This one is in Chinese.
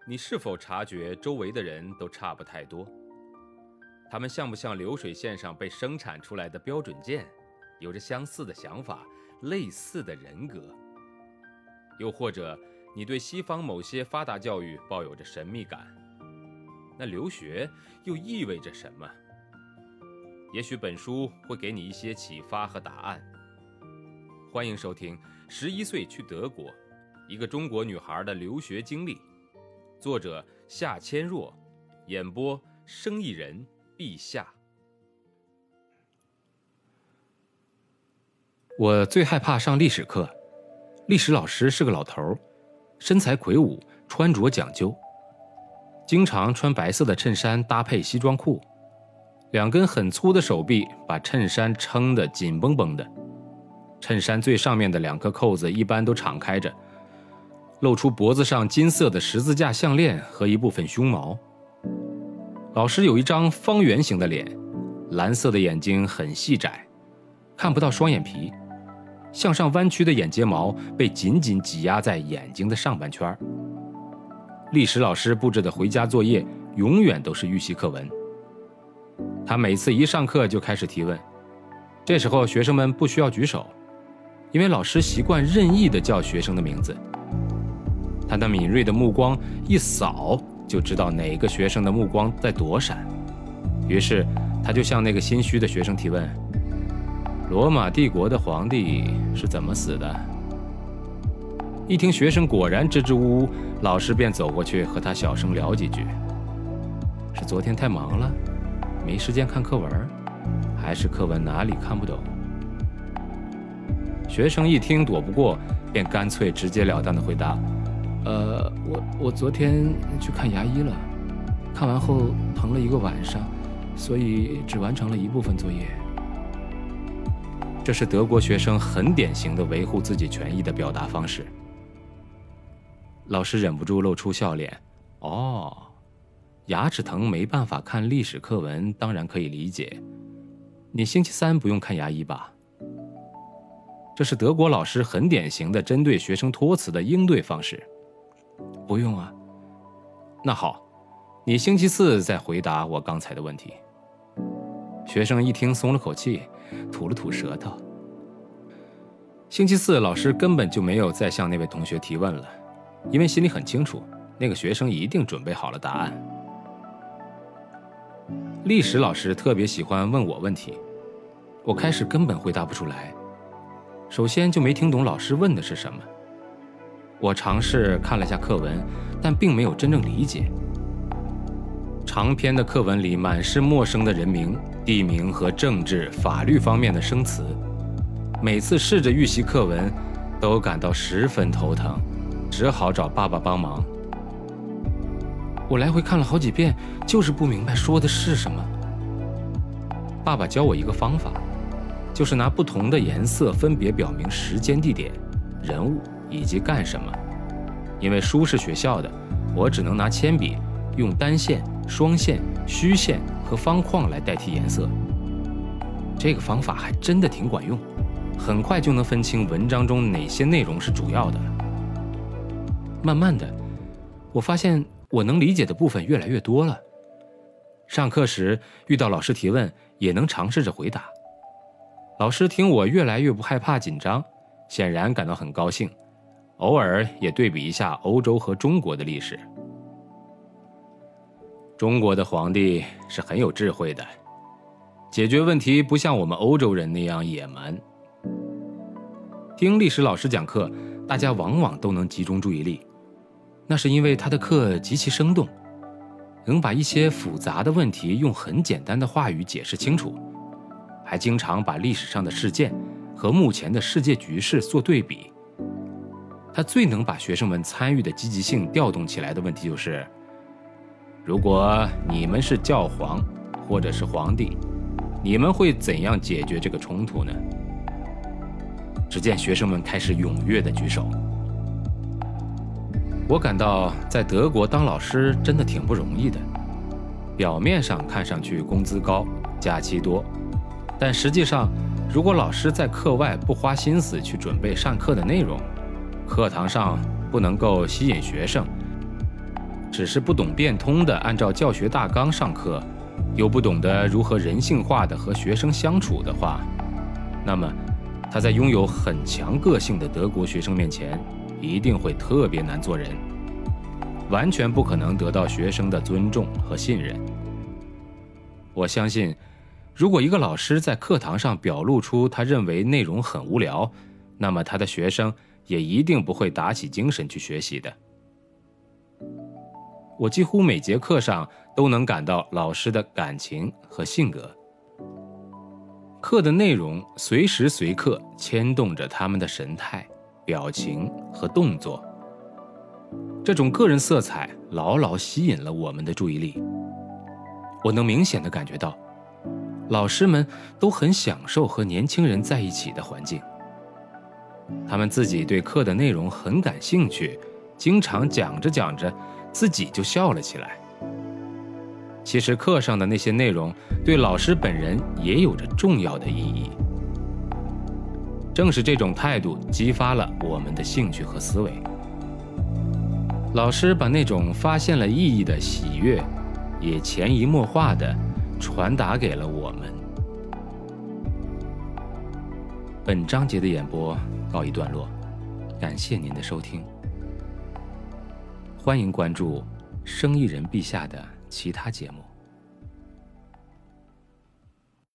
你是否察觉周围的人都差不太多？他们像不像流水线上被生产出来的标准件，有着相似的想法，类似的人格？又或者你对西方某些发达教育抱有着神秘感，那留学又意味着什么？也许本书会给你一些启发和答案。欢迎收听11岁去德国，一个中国女孩的留学经历。作者夏千若，演播生意人陛下。 我最害怕上历史课，历史老师是个老头，身材魁梧，穿着讲究，经常穿白色的衬衫搭配西装裤，两根很粗的手臂把衬衫撑得紧绷绷的，衬衫最上面的两颗扣子一般都敞开着，露出脖子上金色的十字架项链和一部分胸毛。老师有一张方圆形的脸，蓝色的眼睛很细窄，看不到双眼皮，向上弯曲的眼睫毛被紧紧挤压在眼睛的上半圈。历史老师布置的回家作业永远都是预习课文。他每次一上课就开始提问，这时候学生们不需要举手，因为老师习惯任意地叫学生的名字。他那敏锐的目光一扫就知道哪个学生的目光在躲闪，于是他就向那个心虚的学生提问：罗马帝国的皇帝是怎么死的？一听学生果然支支吾吾，老师便走过去和他小声聊几句。是昨天太忙了，没时间看课文，还是课文哪里看不懂？学生一听躲不过，便干脆直截了当地回答：我昨天去看牙医了，看完后疼了一个晚上，所以只完成了一部分作业。这是德国学生很典型的维护自己权益的表达方式。老师忍不住露出笑脸：牙齿疼没办法看历史课文，当然可以理解。你星期三不用看牙医吧？这是德国老师很典型的针对学生托词的应对方式。不用啊。那好，你星期四再回答我刚才的问题。学生一听松了口气，吐了吐舌头。星期四老师根本就没有再向那位同学提问了，因为心里很清楚，那个学生一定准备好了答案。历史老师特别喜欢问我问题，我开始根本回答不出来。首先就没听懂老师问的是什么。我尝试看了下课文，但并没有真正理解。长篇的课文里满是陌生的人名、地名和政治、法律方面的生词，每次试着预习课文，都感到十分头疼，只好找爸爸帮忙。我来回看了好几遍，就是不明白说的是什么。爸爸教我一个方法，就是拿不同的颜色分别表明时间、地点、人物以及干什么。因为书是学校的，我只能拿铅笔，用单线、双线、虚线和方框来代替颜色。这个方法还真的挺管用，很快就能分清文章中哪些内容是主要的。慢慢的，我发现我能理解的部分越来越多了。上课时遇到老师提问，也能尝试着回答。老师听我越来越不害怕紧张，显然感到很高兴，偶尔也对比一下欧洲和中国的历史。中国的皇帝是很有智慧的，解决问题不像我们欧洲人那样野蛮。听历史老师讲课，大家往往都能集中注意力，那是因为他的课极其生动，能把一些复杂的问题用很简单的话语解释清楚，还经常把历史上的事件和目前的世界局势做对比。他最能把学生们参与的积极性调动起来的问题就是：如果你们是教皇或者是皇帝，你们会怎样解决这个冲突呢？只见学生们开始踊跃地举手。我感到在德国当老师真的挺不容易的，表面上看上去工资高，假期多，但实际上，如果老师在课外不花心思去准备上课的内容，课堂上不能够吸引学生， 只是不懂变通地按照教学大纲上课，又不懂得如何人性化地和学生相处的话，那么他在拥有很强个性的德国学生面前，一定会特别难做人，完全不可能得到学生的尊重和信任。我相信，如果一个老师在课堂上表露出他认为内容很无聊，那么他的学生也一定不会打起精神去学习的。我几乎每节课上都能感到老师的感情和性格。课的内容随时随刻牵动着他们的神态、表情和动作。这种个人色彩牢牢吸引了我们的注意力。我能明显地感觉到，老师们都很享受和年轻人在一起的环境。他们自己对课的内容很感兴趣，经常讲着讲着自己就笑了起来。其实课上的那些内容对老师本人也有着重要的意义。正是这种态度激发了我们的兴趣和思维。老师把那种发现了意义的喜悦，也潜移默化地传达给了我们。本章节的演播告一段落，感谢您的收听。欢迎关注生意人陛下的其他节目。